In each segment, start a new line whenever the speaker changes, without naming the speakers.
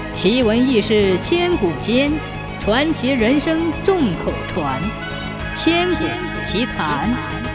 奇闻异事千古间，传奇人生众口传。千古奇谈。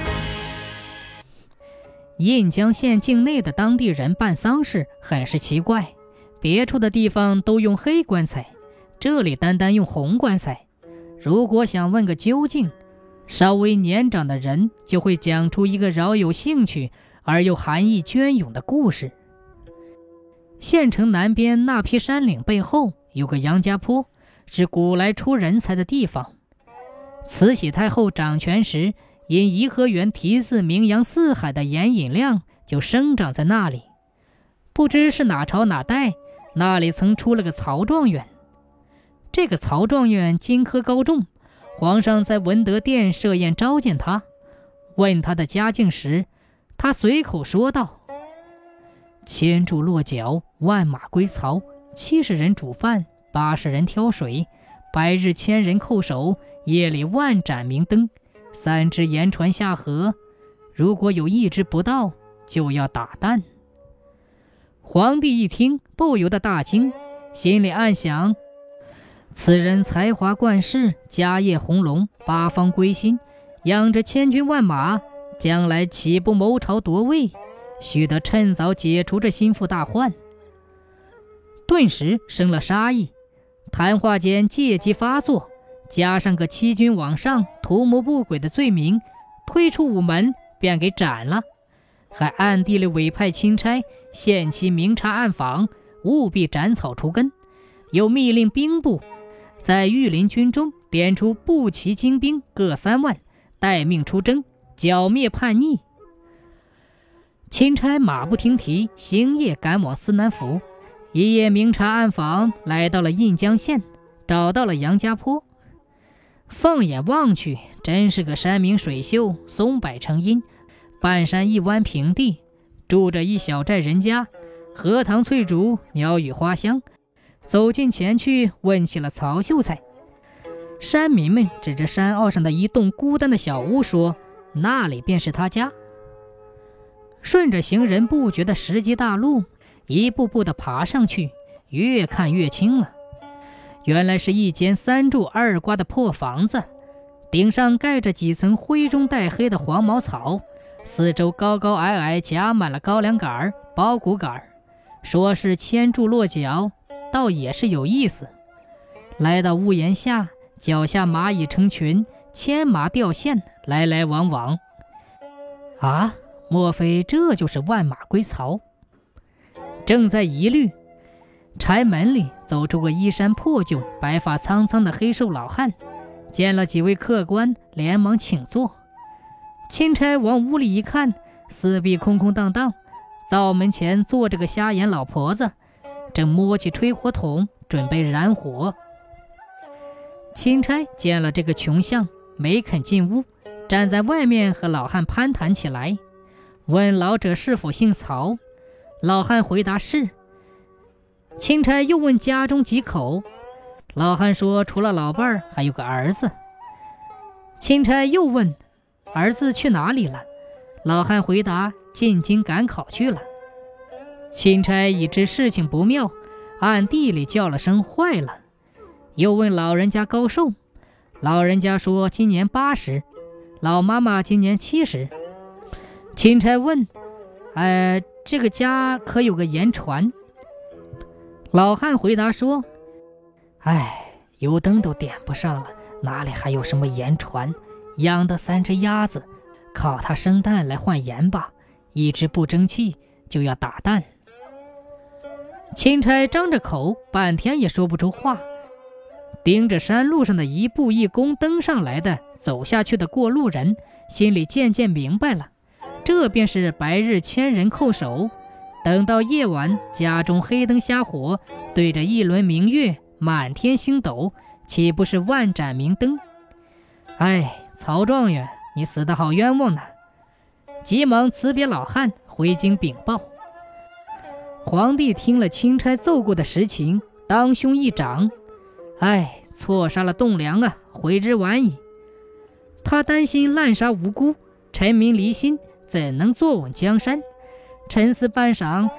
印江县境内的当地人办丧事很是奇怪，别处的地方都用黑棺材，这里单单用红棺材。如果想问个究竟，稍微年长的人就会讲出一个饶有兴趣而又含义隽永的故事。县城南边那批山岭背后有个杨家坡，是古来出人才的地方。慈禧太后掌权时，因颐和园题字名扬四海的盐引亮就生长在那里。不知是哪朝哪代，那里曾出了个曹状元。这个曹状元金科高中，皇上在文德殿设宴召见他，问他的家境时，他随口说道：千柱落脚，万马归曹，70人煮饭，80人挑水，白日1000人叩首，夜里万盏明灯，3只盐船下河，如果有1只不到，就要打弹。皇帝一听，不由得大惊，心里暗想：此人才华冠世，家业宏隆，八方归心，养着千军万马，将来岂不谋朝夺位？须得趁早解除这心腹大患。顿时生了杀意，谈话间借机发作，加上个欺君罔上、图谋不轨的罪名，推出午门便给斩了，还暗地里委派钦差限期明察暗访，务必斩草除根，又密令兵部在御林军中点出步骑精兵各3万，待命出征，剿灭叛逆。钦差马不停蹄，星夜赶往思南府，一夜明察暗访，来到了印江县，找到了杨家坡。放眼望去，真是个山明水秀，松柏成荫，半山一湾平地，住着一小寨人家，荷塘翠竹，鸟语花香。走近前去，问起了曹秀才。山民们指着山坳上的一栋孤单的小屋说，那里便是他家。顺着行人不绝的石级大路，一步步地爬上去，越看越清了。原来是一间3柱2挂的破房子，顶上盖着几层灰中带黑的黄茅草，四周高高矮矮夹满了高粱杆、苞谷杆。说是千柱落脚，倒也是有意思。来到屋檐下，脚下蚂蚁成群，牵麻吊线，来来往往。啊，莫非这就是万马归曹？正在疑虑，柴门里走出个衣衫破旧、白发苍苍的黑瘦老汉，见了几位客官，连忙请坐。钦差往屋里一看，四壁空空荡荡，灶门前坐着个瞎眼老婆子，正摸起吹火筒准备燃火。钦差见了这个穷相，没肯进屋，站在外面和老汉攀谈起来，问老者是否姓曹。老汉回答是。钦差又问家中几口，老汉说除了老伴儿还有个儿子。钦差又问儿子去哪里了，老汉回答进京赶考去了。钦差已知事情不妙，暗地里叫了声坏了，又问老人家高寿，老人家说今年80，老妈妈今年70。钦差问这个家可有个盐船？老汉回答说，油灯都点不上了，哪里还有什么盐船？养的3只鸭子，靠它生蛋来换盐吧，一只不争气就要打蛋。钦差张着口，半天也说不出话，盯着山路上的一步一弓登上来的走下去的过路人，心里渐渐明白了，这便是白日1000人叩首，等到夜晚家中黑灯瞎火，对着一轮明月，满天星斗，岂不是万盏明灯？曹状元，你死得好冤枉呢！急忙辞别老汉，回京禀报。皇帝听了钦差奏过的实情，当胸一掌，错杀了栋梁啊，悔之晚矣。他担心滥杀无辜，臣民离心，怎能坐稳江山？沉思半晌，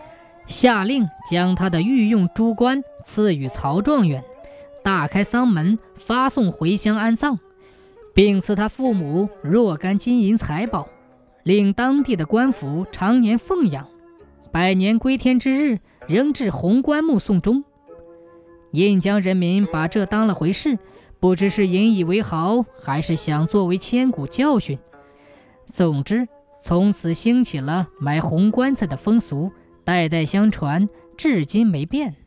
下令将他的御用朱官赐予曹状元，大开丧门，发送回乡安葬，并赐他父母若干金银财宝，令当地的官府常年奉养，百年归天之日仍至红棺木送终。印江人民把这当了回事，不知是引以为豪，还是想作为千古教训。总之，从此兴起了买红棺材的风俗，代代相传，至今没变。